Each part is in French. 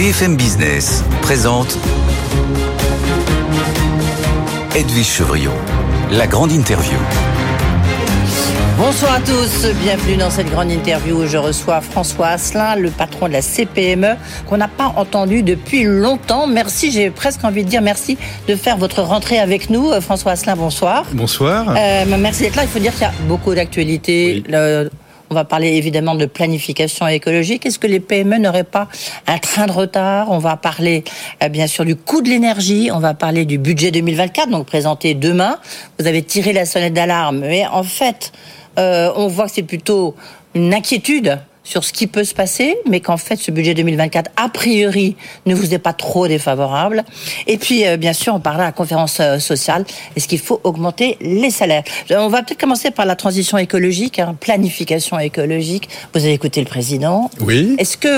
BFM Business présente Edwige Chevrillon, la grande interview. Bonsoir à tous, bienvenue dans cette grande interview où je reçois François Asselin, le patron de la CPME, qu'on n'a pas entendu depuis longtemps. Merci, j'ai presque envie de dire merci de faire votre rentrée avec nous. François Asselin, bonsoir. Bonsoir. Merci d'être là. Il faut dire qu'il y a beaucoup d'actualités. Oui. On va parler évidemment de planification écologique. Est-ce que les PME n'auraient pas un train de retard ? On va parler bien sûr du coût de l'énergie. On va parler du budget 2024, donc présenté demain. Vous avez tiré la sonnette d'alarme, mais en fait, on voit que c'est plutôt une inquiétude sur ce qui peut se passer, mais qu'en fait, ce budget 2024, a priori, ne vous est pas trop défavorable. Et puis, bien sûr, on parlera à la conférence sociale. Est-ce qu'il faut augmenter les salaires ? On va peut-être commencer par la transition écologique, planification écologique. Vous avez écouté le président. Oui. Est-ce que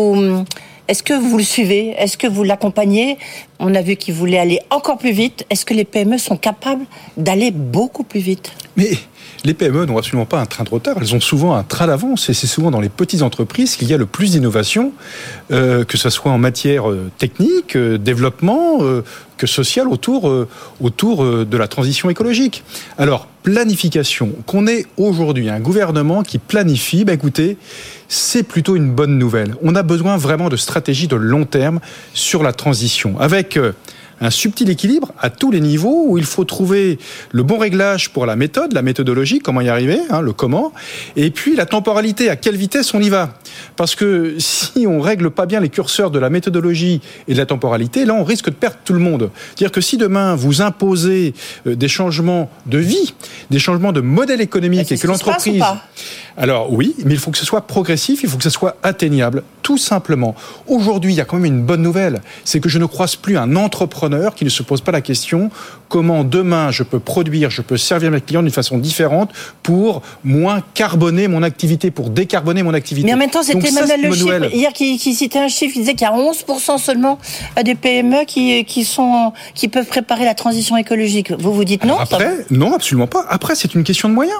vous le suivez ? Est-ce que vous l'accompagnez ? On a vu qu'il voulait aller encore plus vite. Est-ce que les PME sont capables d'aller beaucoup plus vite ? Mais les PME n'ont absolument pas un train de retard, elles ont souvent un train d'avance, et c'est souvent dans les petites entreprises qu'il y a le plus d'innovation, que ce soit en matière technique, développement, que social autour de la transition écologique. Alors, planification, qu'on ait aujourd'hui un gouvernement qui planifie, écoutez, c'est plutôt une bonne nouvelle. On a besoin vraiment de stratégies de long terme sur la transition, avec un subtil équilibre à tous les niveaux où il faut trouver le bon réglage pour la méthode, la méthodologie, comment y arriver, le comment, et puis la temporalité, à quelle vitesse on y va. Parce que si on règle pas bien les curseurs de la méthodologie et de la temporalité, là on risque de perdre tout le monde. C'est-à-dire que si demain vous imposez des changements de vie, des changements de modèle économique et que l'entreprise... Alors oui, mais il faut que ce soit progressif, il faut que ce soit atteignable, tout simplement. Aujourd'hui, il y a quand même une bonne nouvelle, c'est que je ne croise plus un entrepreneur qui ne se pose pas la question comment demain je peux produire, je peux servir mes clients d'une façon différente pour moins carboner mon activité, pour décarboner mon activité. Mais en même temps, c'était Emmanuel Le Chiffre hier qui citait un chiffre, il disait qu'il y a 11% seulement des PME qui peuvent préparer la transition écologique. Vous vous dites non ? Après, non, absolument pas. Après, c'est une question de moyens.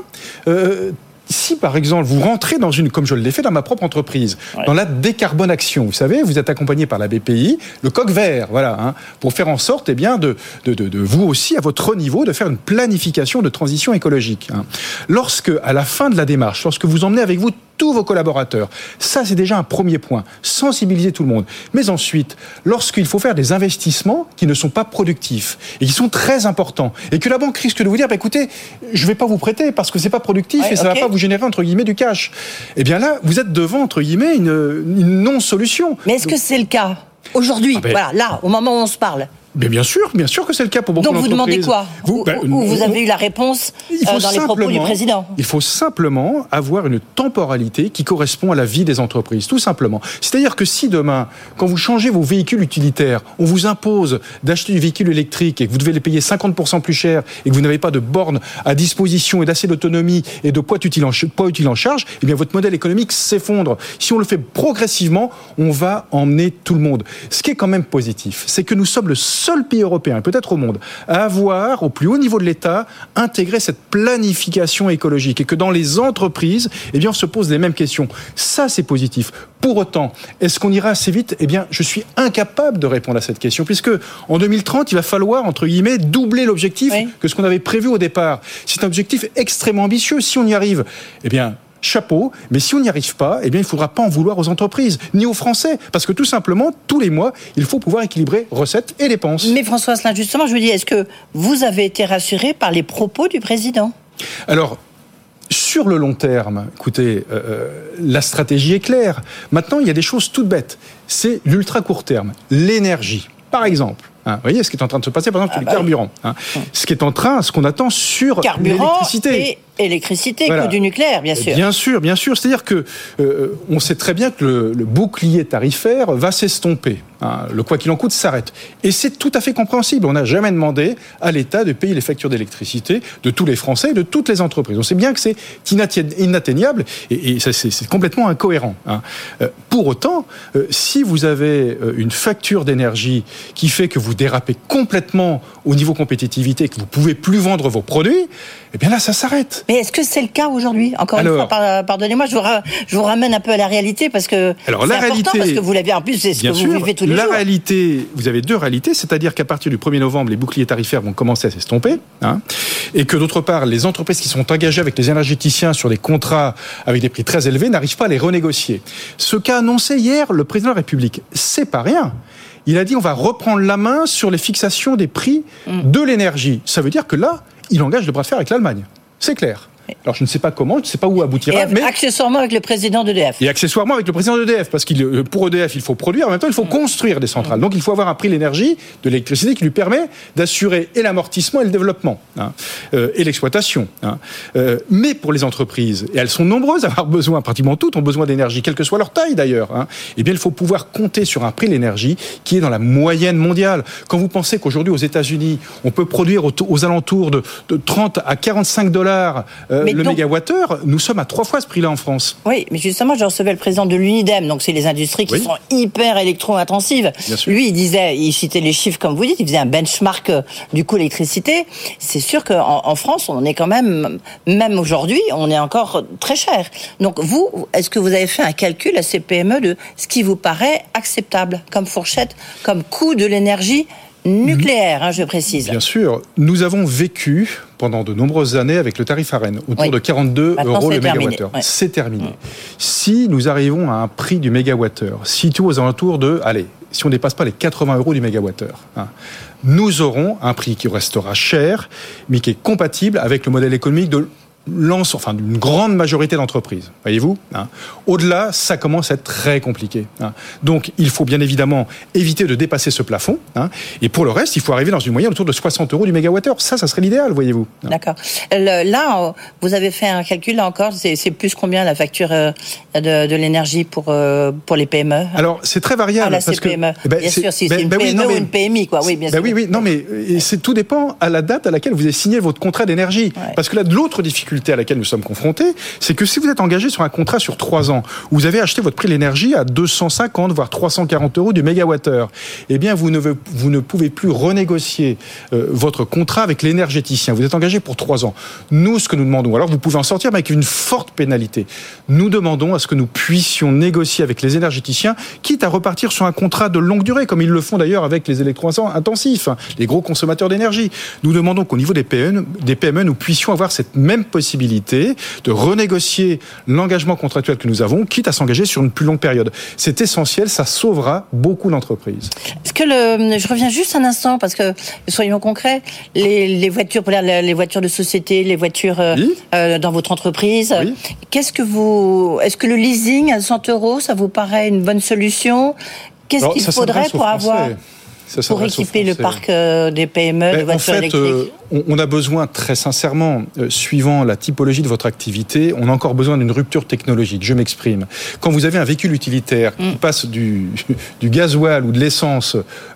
Si, par exemple, vous rentrez dans une, comme je l'ai fait dans ma propre entreprise, dans la décarbonation, vous savez, vous êtes accompagné par la BPI, le coq vert, voilà, pour faire en sorte, de vous aussi, à votre niveau, de faire une planification de transition écologique. Lorsque, à la fin de la démarche, lorsque vous emmenez avec vous tous vos collaborateurs, ça c'est déjà un premier point, sensibiliser tout le monde. Mais ensuite, lorsqu'il faut faire des investissements qui ne sont pas productifs et qui sont très importants, et que la banque risque de vous dire, écoutez, je ne vais pas vous prêter parce que c'est pas productif et ça ne va pas vous générer entre guillemets du cash. Eh bien là, vous êtes devant entre guillemets une non-solution. Mais est-ce que c'est le cas aujourd'hui, voilà, là, au moment où on se parle? Mais bien sûr que c'est le cas pour beaucoup d'entreprises. Donc vous demandez quoi ? Vous avez eu la réponse dans les propos du président ? Il faut simplement avoir une temporalité qui correspond à la vie des entreprises, tout simplement. C'est-à-dire que si demain, quand vous changez vos véhicules utilitaires, on vous impose d'acheter du véhicule électrique et que vous devez les payer 50% plus cher et que vous n'avez pas de bornes à disposition et d'assez d'autonomie et de poids utile en charge, eh bien votre modèle économique s'effondre. Si on le fait progressivement, on va emmener tout le monde. Ce qui est quand même positif, c'est que nous sommes le seul pays européen, peut-être au monde, à avoir, au plus haut niveau de l'État, intégré cette planification écologique et que dans les entreprises, on se pose les mêmes questions. Ça, c'est positif. Pour autant, est-ce qu'on ira assez vite ? Je suis incapable de répondre à cette question, puisque en 2030, il va falloir, entre guillemets, doubler l'objectif que ce qu'on avait prévu au départ. C'est un objectif extrêmement ambitieux. Si on y arrive, chapeau, mais si on n'y arrive pas, il ne faudra pas en vouloir aux entreprises, ni aux Français, parce que tout simplement, tous les mois, il faut pouvoir équilibrer recettes et dépenses. Mais François Asselin, justement, je vous dis, est-ce que vous avez été rassuré par les propos du président ? Alors, sur le long terme, écoutez, la stratégie est claire. Maintenant, il y a des choses toutes bêtes. C'est l'ultra court terme, l'énergie, par exemple. Vous voyez ce qui est en train de se passer, par exemple, sur les carburants. Ce qu'on attend sur l'électricité. Électricité, voilà. Coût du nucléaire, bien sûr. Bien sûr. C'est-à-dire que on sait très bien que le bouclier tarifaire va s'estomper. Le quoi qu'il en coûte s'arrête. Et c'est tout à fait compréhensible. On n'a jamais demandé à l'État de payer les factures d'électricité de tous les Français et de toutes les entreprises. On sait bien que c'est inatteignable et ça, c'est complètement incohérent. Pour autant, si vous avez une facture d'énergie qui fait que vous vous dérapez complètement au niveau compétitivité et que vous pouvez plus vendre vos produits, eh bien là, ça s'arrête. Mais est-ce que c'est le cas aujourd'hui ? Encore une fois, pardonnez-moi, je vous ramène un peu à la réalité parce que c'est important, parce que vous l'avez en plus, c'est ce que vous vivez tous les jours. La réalité, vous avez deux réalités, c'est-à-dire qu'à partir du 1er novembre, les boucliers tarifaires vont commencer à s'estomper, et que d'autre part, les entreprises qui sont engagées avec les énergéticiens sur des contrats avec des prix très élevés n'arrivent pas à les renégocier. Ce qu'a annoncé hier le président de la République, c'est pas rien. Il a dit on va reprendre la main sur les fixations des prix de l'énergie. Ça veut dire que là, il engage le bras de fer avec l'Allemagne. C'est clair. Alors je ne sais pas comment, je ne sais pas où aboutira. Mais accessoirement avec le président d'EDF. Et accessoirement avec le président d'EDF, parce que pour EDF, il faut produire, en même temps, il faut construire des centrales. Donc il faut avoir un prix de l'énergie, de l'électricité, qui lui permet d'assurer et l'amortissement et le développement, et l'exploitation. Mais pour les entreprises, et elles sont nombreuses à avoir besoin, pratiquement toutes ont besoin d'énergie, quelle que soit leur taille d'ailleurs, eh bien il faut pouvoir compter sur un prix de l'énergie qui est dans la moyenne mondiale. Quand vous pensez qu'aujourd'hui aux États-Unis, on peut produire aux alentours de 30 à 45 dollars le mégawattheure, nous sommes à 3 fois ce prix-là en France. Oui, mais justement, je recevais le président de l'UNIDEM, donc c'est les industries qui sont hyper électro-intensives. Lui, il citait les chiffres comme vous dites, il faisait un benchmark du coût de l'électricité. C'est sûr qu'en France, on est quand même aujourd'hui, on est encore très cher. Donc vous, est-ce que vous avez fait un calcul à ces PME de ce qui vous paraît acceptable comme fourchette, comme coût de l'énergie nucléaire, je précise. Bien sûr, nous avons vécu pendant de nombreuses années avec le tarif ARENH, autour de 42 € le mégawattheure. C'est terminé. Si nous arrivons à un prix du mégawattheure situé aux alentours de, si on ne dépasse pas les 80 € du mégawattheure, nous aurons un prix qui restera cher, mais qui est compatible avec le modèle économique d'une grande majorité d'entreprises, voyez-vous. Au-delà, ça commence à être très compliqué. Donc, il faut bien évidemment éviter de dépasser ce plafond. Et pour le reste, il faut arriver dans une moyenne autour de 60 € du mégawattheure. Ça serait l'idéal, voyez-vous. D'accord. Là, vous avez fait un calcul, là encore, c'est plus combien la facture de l'énergie pour les PME ? Alors, c'est très variable. La CPME. Bien sûr, si c'est une PME ou une PMI, quoi. Oui, bien sûr. Oui, non, mais tout dépend à la date à laquelle vous avez signé votre contrat d'énergie. Ouais. Parce que là, de l'autre difficulté à laquelle nous sommes confrontés, c'est que si vous êtes engagé sur un contrat sur 3 ans, où vous avez acheté votre prix de l'énergie à 250 voire 340 € du mégawattheure, eh bien vous ne pouvez plus renégocier votre contrat avec l'énergéticien. Vous êtes engagé pour 3 ans. Nous, ce que nous demandons, alors vous pouvez en sortir, mais avec une forte pénalité. Nous demandons à ce que nous puissions négocier avec les énergéticiens, quitte à repartir sur un contrat de longue durée, comme ils le font d'ailleurs avec les électro-intensifs, les gros consommateurs d'énergie. Nous demandons qu'au niveau des PME, nous puissions avoir cette même possibilité de renégocier l'engagement contractuel que nous avons, quitte à s'engager sur une plus longue période. C'est essentiel, ça sauvera beaucoup d'entreprises. Est-ce que je reviens juste un instant, parce que, soyons concrets, les voitures, les voitures de société, les voitures dans votre entreprise, est-ce que le leasing à 100 €, ça vous paraît une bonne solution ? Qu'est-ce qu'il faudrait pour équiper le parc des PME de voitures électriques ? On a besoin, très sincèrement, suivant la typologie de votre activité, on a encore besoin d'une rupture technologique. Je m'exprime. Quand vous avez un véhicule utilitaire qui passe du gasoil ou de l'essence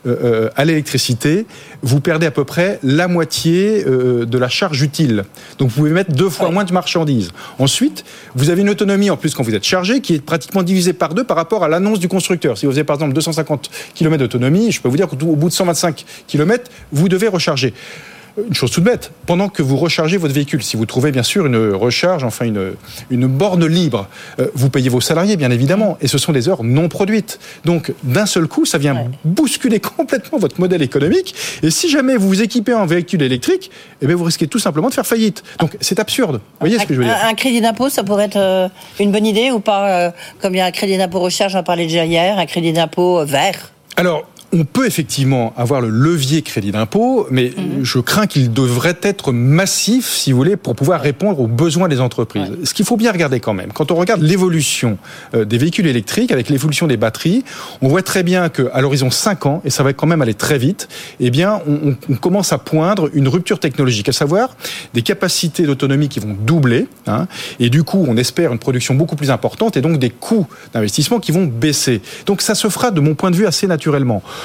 à l'électricité, vous perdez à peu près la moitié de la charge utile. Donc vous pouvez mettre 2 fois moins de marchandises. Ensuite, vous avez une autonomie, en plus, quand vous êtes chargé, qui est pratiquement divisée par 2 par rapport à l'annonce du constructeur. Si vous avez, par exemple, 250 km d'autonomie, je peux vous dire qu'au bout de 125 km, vous devez recharger. Une chose toute bête, pendant que vous rechargez votre véhicule, si vous trouvez bien sûr une recharge, enfin une borne libre, vous payez vos salariés bien évidemment, et ce sont des heures non produites. Donc d'un seul coup, ça vient bousculer complètement votre modèle économique, et si jamais vous vous équipez en véhicule électrique, eh bien vous risquez tout simplement de faire faillite. Donc c'est absurde. Vous voyez ce que je veux dire ? Un crédit d'impôt, ça pourrait être une bonne idée ou pas ? Comme il y a un crédit d'impôt recherche, j'en parlais déjà hier, un crédit d'impôt vert. Alors, on peut effectivement avoir le levier crédit d'impôt, mais je crains qu'il devrait être massif, si vous voulez, pour pouvoir répondre aux besoins des entreprises. Ce qu'il faut bien regarder quand même, quand on regarde l'évolution des véhicules électriques, avec l'évolution des batteries, on voit très bien qu'à l'horizon 5 ans, et ça va quand même aller très vite, eh bien, on commence à poindre une rupture technologique, à savoir des capacités d'autonomie qui vont doubler, et du coup, on espère une production beaucoup plus importante, et donc des coûts d'investissement qui vont baisser. Donc ça se fera, de mon point de vue, assez naturellement.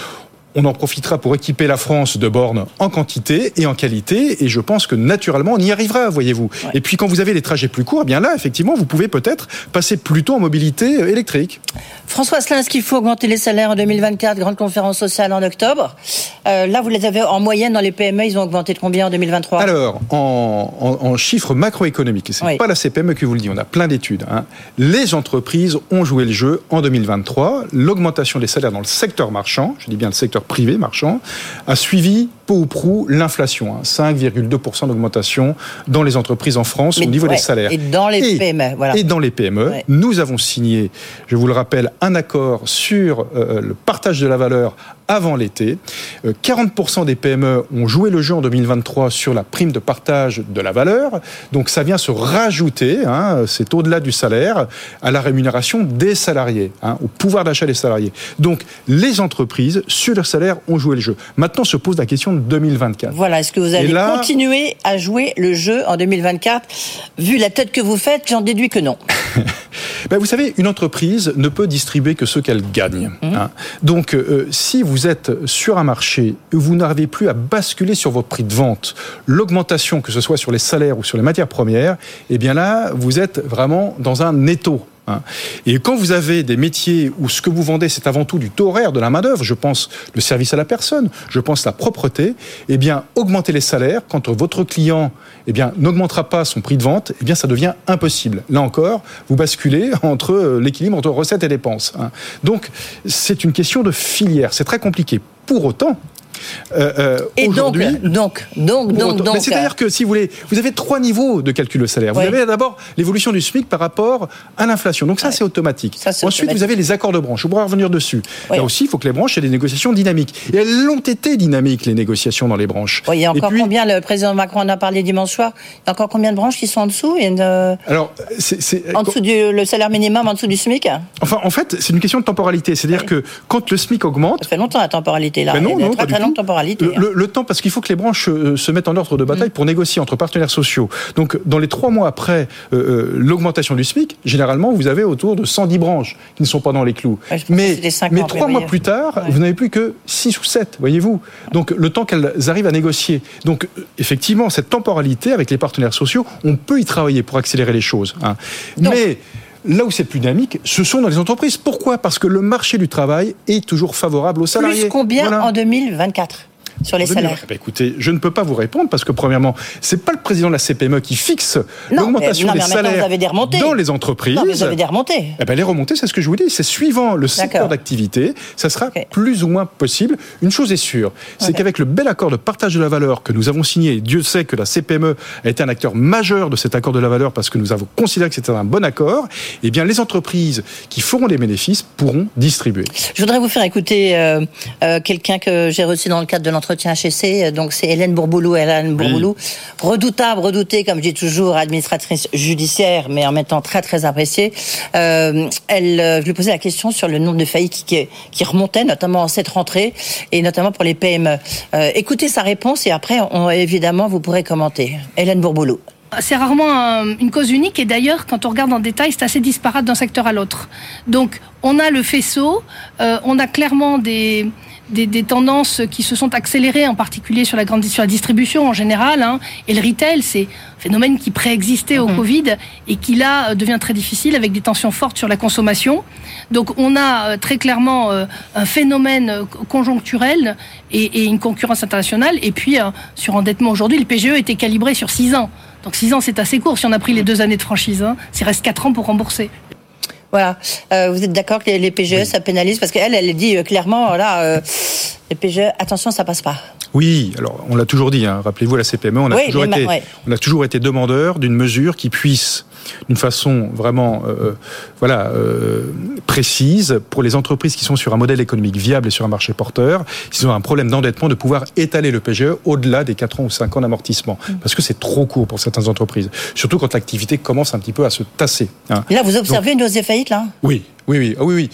on en profitera pour équiper la France de bornes en quantité et en qualité, et je pense que naturellement on y arrivera, voyez-vous. Ouais. Et puis quand vous avez les trajets plus courts, eh bien là, effectivement, vous pouvez peut-être passer plutôt en mobilité électrique. François Asselin, est-ce qu'il faut augmenter les salaires en 2024, grande conférence sociale en octobre? Là, vous les avez en moyenne dans les PME, ils ont augmenté de combien en 2023? Alors, en chiffres macroéconomiques, et c'est pas la CPME qui vous le dit, on a plein d'études, les entreprises ont joué le jeu en 2023. L'augmentation des salaires dans le secteur marchand, je dis bien le secteur privé marchand, a suivi peu ou prou l'inflation, 5,2% d'augmentation dans les entreprises en France au niveau des salaires. Et dans les PME, voilà. Et dans les PME, nous avons signé, je vous le rappelle, un accord sur le partage de la valeur avant l'été. 40% des PME ont joué le jeu en 2023 sur la prime de partage de la valeur. Donc ça vient se rajouter, c'est au-delà du salaire, à la rémunération des salariés, au pouvoir d'achat des salariés. Donc les entreprises, sur leur salaire, ont joué le jeu. Maintenant se pose la question de 2024. Voilà, est-ce que vous allez continuer à jouer le jeu en 2024? Vu la tête que vous faites, j'en déduis que non. Vous savez, une entreprise ne peut distribuer que ce qu'elle gagne. Donc, si vous êtes sur un marché, vous n'arrivez plus à basculer sur votre prix de vente, l'augmentation, que ce soit sur les salaires ou sur les matières premières, eh bien là, vous êtes vraiment dans un étau. Et quand vous avez des métiers où ce que vous vendez, c'est avant tout du taux horaire, de la main-d'œuvre, je pense le service à la personne, je pense la propreté, eh bien, augmenter les salaires quand votre client n'augmentera pas son prix de vente, eh bien, ça devient impossible. Là encore, vous basculez entre l'équilibre entre recettes et dépenses. Donc, c'est une question de filière. C'est très compliqué. Pour autant, aujourd'hui, mais c'est-à-dire que si vous voulez, vous avez 3 niveaux de calcul de salaire. Vous avez d'abord l'évolution du SMIC par rapport à l'inflation. Donc ça, c'est automatique. Ensuite, vous avez les accords de branche. Je pourrais revenir dessus. Là aussi, il faut que les branches aient des négociations dynamiques. Et elles l'ont été dynamiques, les négociations dans les branches. Il y a encore combien, le président Macron en a parlé dimanche soir, il y a encore combien de branches qui sont en dessous? Alors, en dessous le salaire minimum, en dessous du SMIC? Enfin, en fait, c'est une question de temporalité. C'est-à-dire que quand le SMIC augmente... Ça fait longtemps la temporalité, là. Très longue temporalité. Le temps, parce qu'il faut que les branches se mettent en ordre de bataille pour négocier entre partenaires sociaux. Donc, dans les 3 mois après l'augmentation du SMIC, généralement, vous avez autour de 110 branches qui ne sont pas dans les clous. Mais 3 mois plus tard, vous n'avez plus que 6 ou 7, voyez-vous. Donc, le temps qu'elles arrivent à négocier. Donc, effectivement, cette temporalité avec les partenaires sociaux, on peut y travailler pour accélérer les choses. Mais... là où c'est plus dynamique, ce sont dans les entreprises. Pourquoi ? Parce que le marché du travail est toujours favorable aux salariés. Plus combien en 2024 sur les salaires? Écoutez, je ne peux pas vous répondre parce que premièrement, c'est pas le président de la CPME qui fixe l'augmentation des salaires dans les entreprises. Non, mais vous avez des remontées. Les remontées, c'est ce que je vous dis, c'est suivant le secteur d'activité, ça sera plus ou moins possible. Une chose est sûre, c'est qu'avec le bel accord de partage de la valeur que nous avons signé, et Dieu sait que la CPME a été un acteur majeur de cet accord de la valeur parce que nous avons considéré que c'était un bon accord, eh bien les entreprises qui feront des bénéfices pourront distribuer. Je voudrais vous faire écouter quelqu'un que j'ai reçu dans le cadre de l'entretien HEC, donc c'est Hélène Bourboulou. Redoutée, comme je dis toujours, administratrice judiciaire, mais en même temps très très appréciée. Je lui posais la question sur le nombre de faillites qui remontait, notamment en cette rentrée, et notamment pour les PME. Écoutez sa réponse et après, évidemment, vous pourrez commenter. Hélène Bourboulou. C'est rarement une cause unique et d'ailleurs, quand on regarde en détail, c'est assez disparate d'un secteur à l'autre. Donc, on a le faisceau, on a clairement des tendances qui se sont accélérées, en particulier sur la distribution en général, et le retail, c'est un phénomène qui préexistait au Covid et qui là devient très difficile avec des tensions fortes sur la consommation. Donc on a très clairement un phénomène conjoncturel et une concurrence internationale. Et puis sur endettement aujourd'hui, le PGE était calibré sur 6 ans. Donc 6 ans, c'est assez court si on a pris les 2 années de franchise. Il reste 4 ans pour rembourser. Voilà. Vous êtes d'accord que les PGE, ça pénalise? Parce qu'elle dit clairement, les PGE, attention, ça passe pas. Oui, alors on l'a toujours dit, rappelez-vous, la CPME, on a toujours été demandeur d'une mesure qui puisse, d'une façon vraiment précise, pour les entreprises qui sont sur un modèle économique viable et sur un marché porteur, s'ils ont un problème d'endettement, de pouvoir étaler le PGE au-delà des 4 ans ou 5 ans d'amortissement. Parce que c'est trop court pour certaines entreprises. Surtout quand l'activité commence un petit peu à se tasser. Là, vous observez une hausse des faillites, là ? Oui. Oui.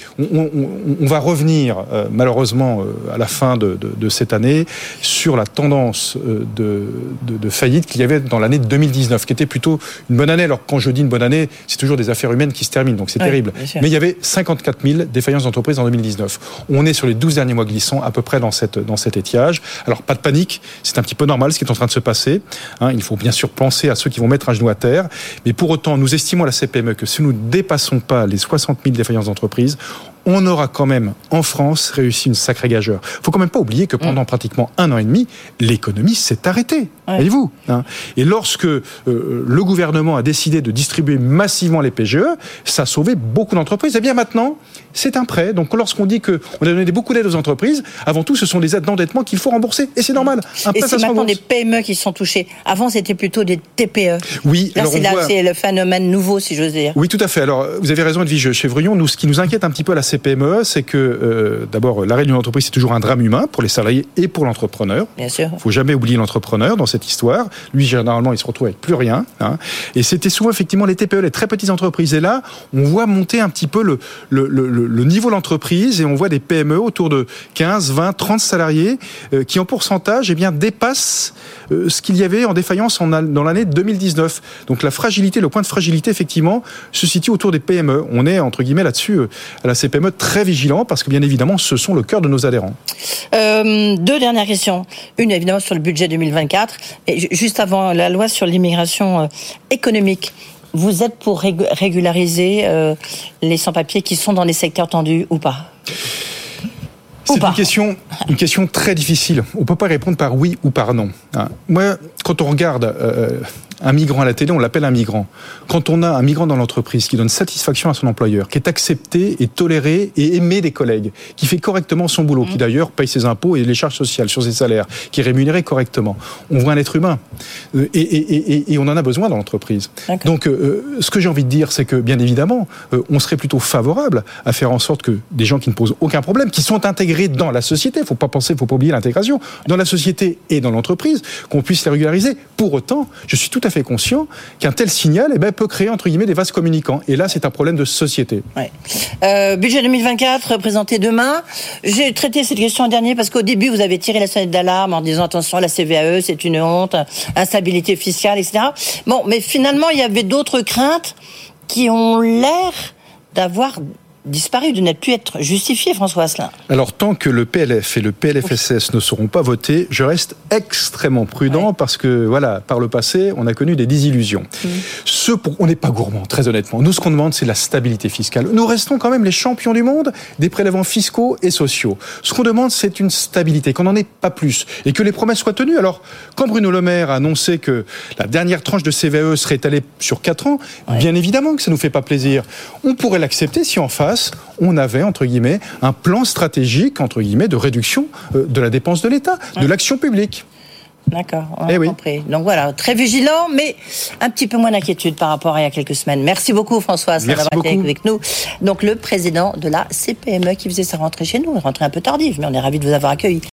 On va revenir, malheureusement, à la fin de cette année, sur la tendance de faillite qu'il y avait dans l'année 2019, qui était plutôt une bonne année. Alors, quand je dis une bonne année, c'est toujours des affaires humaines qui se terminent, donc c'est terrible. Mais il y avait 54 000 défaillances d'entreprises en 2019. On est sur les 12 derniers mois glissants, à peu près dans cet étiage. Alors, pas de panique, c'est un petit peu normal ce qui est en train de se passer. Il faut bien sûr penser à ceux qui vont mettre un genou à terre. Mais pour autant, nous estimons à la CPME que si nous ne dépassons pas les 60 000 défaillances d'entreprises, on aura quand même, en France, réussi une sacrée gageure. Il ne faut quand même pas oublier que pendant pratiquement 1 an et demi, l'économie s'est arrêtée. Voyez-vous. Et lorsque le gouvernement a décidé de distribuer massivement les PGE, ça a sauvé beaucoup d'entreprises. Et bien maintenant, c'est un prêt. Donc lorsqu'on dit qu'on a donné beaucoup d'aides aux entreprises, avant tout, ce sont des aides d'endettement qu'il faut rembourser. Et c'est normal. Et c'est maintenant des PME qui sont touchées. Avant, c'était plutôt des TPE. Oui. Là, c'est le phénomène nouveau, si j'ose dire. Oui, tout à fait. Alors, vous avez raison, Edwige Chevrillon. Nous, ce qui nous inquiète un petit peu à la CPME, c'est que, d'abord, l'arrêt d'une entreprise, c'est toujours un drame humain pour les salariés et pour l'entrepreneur. Bien sûr. Il ne faut jamais oublier l'entrepreneur dans cette histoire. Lui, généralement, il se retrouve avec plus rien. Et c'était souvent, effectivement, les TPE, les très petites entreprises. Et là, on voit monter un petit peu le niveau de l'entreprise et on voit des PME autour de 15, 20, 30 salariés qui, en pourcentage, dépassent ce qu'il y avait en défaillance dans l'année 2019. Donc, la fragilité, le point de fragilité, effectivement, se situe autour des PME. On est, entre guillemets, là-dessus, à la CPME, très vigilant parce que, bien évidemment, ce sont le cœur de nos adhérents. 2 dernières questions. Une, évidemment, sur le budget 2024. Et juste avant, la loi sur l'immigration économique. Vous êtes pour régulariser les sans-papiers qui sont dans les secteurs tendus ou pas ? C'est une question très difficile. On ne peut pas répondre par oui ou par non. Moi, quand on regarde un migrant à la télé, on l'appelle un migrant. Quand on a un migrant dans l'entreprise qui donne satisfaction à son employeur, qui est accepté et toléré et aimé des collègues, qui fait correctement son boulot, qui d'ailleurs paye ses impôts et les charges sociales sur ses salaires, qui est rémunéré correctement, on voit un être humain. Et on en a besoin dans l'entreprise. D'accord. Donc, ce que j'ai envie de dire, c'est que, bien évidemment, on serait plutôt favorable à faire en sorte que des gens qui ne posent aucun problème, qui sont intégrés dans la société, il ne faut pas oublier l'intégration, dans la société et dans l'entreprise, qu'on puisse les régulariser. Pour autant, je suis tout à fait conscient qu'un tel signal peut créer, entre guillemets, des vases communicants. Et là, c'est un problème de société. Budget 2024, présenté demain. J'ai traité cette question en dernier parce qu'au début, vous avez tiré la sonnette d'alarme en disant, attention, la CVAE, c'est une honte, instabilité fiscale, etc. Bon, mais finalement, il y avait d'autres craintes qui ont l'air d'avoir disparu, de ne plus être justifié, François Asselin. Alors, tant que le PLF et le PLFSS ne seront pas votés, je reste extrêmement prudent parce que, voilà, par le passé, on a connu des désillusions. On n'est pas gourmand, très honnêtement. Nous, ce qu'on demande, c'est la stabilité fiscale. Nous restons quand même les champions du monde des prélèvements fiscaux et sociaux. Ce qu'on demande, c'est une stabilité, qu'on n'en ait pas plus et que les promesses soient tenues. Alors, quand Bruno Le Maire a annoncé que la dernière tranche de CVAE serait étalée sur 4 ans, bien évidemment que ça ne nous fait pas plaisir. On pourrait l'accepter si en face, on avait, entre guillemets, un plan stratégique, entre guillemets, de réduction de la dépense de l'État, de l'action publique. D'accord, on a compris. Donc voilà, très vigilant, mais un petit peu moins d'inquiétude par rapport à il y a quelques semaines. Merci beaucoup, François, d'avoir été avec nous. Donc le président de la CPME qui faisait sa rentrée chez nous, une rentrée un peu tardive, mais on est ravis de vous avoir accueilli.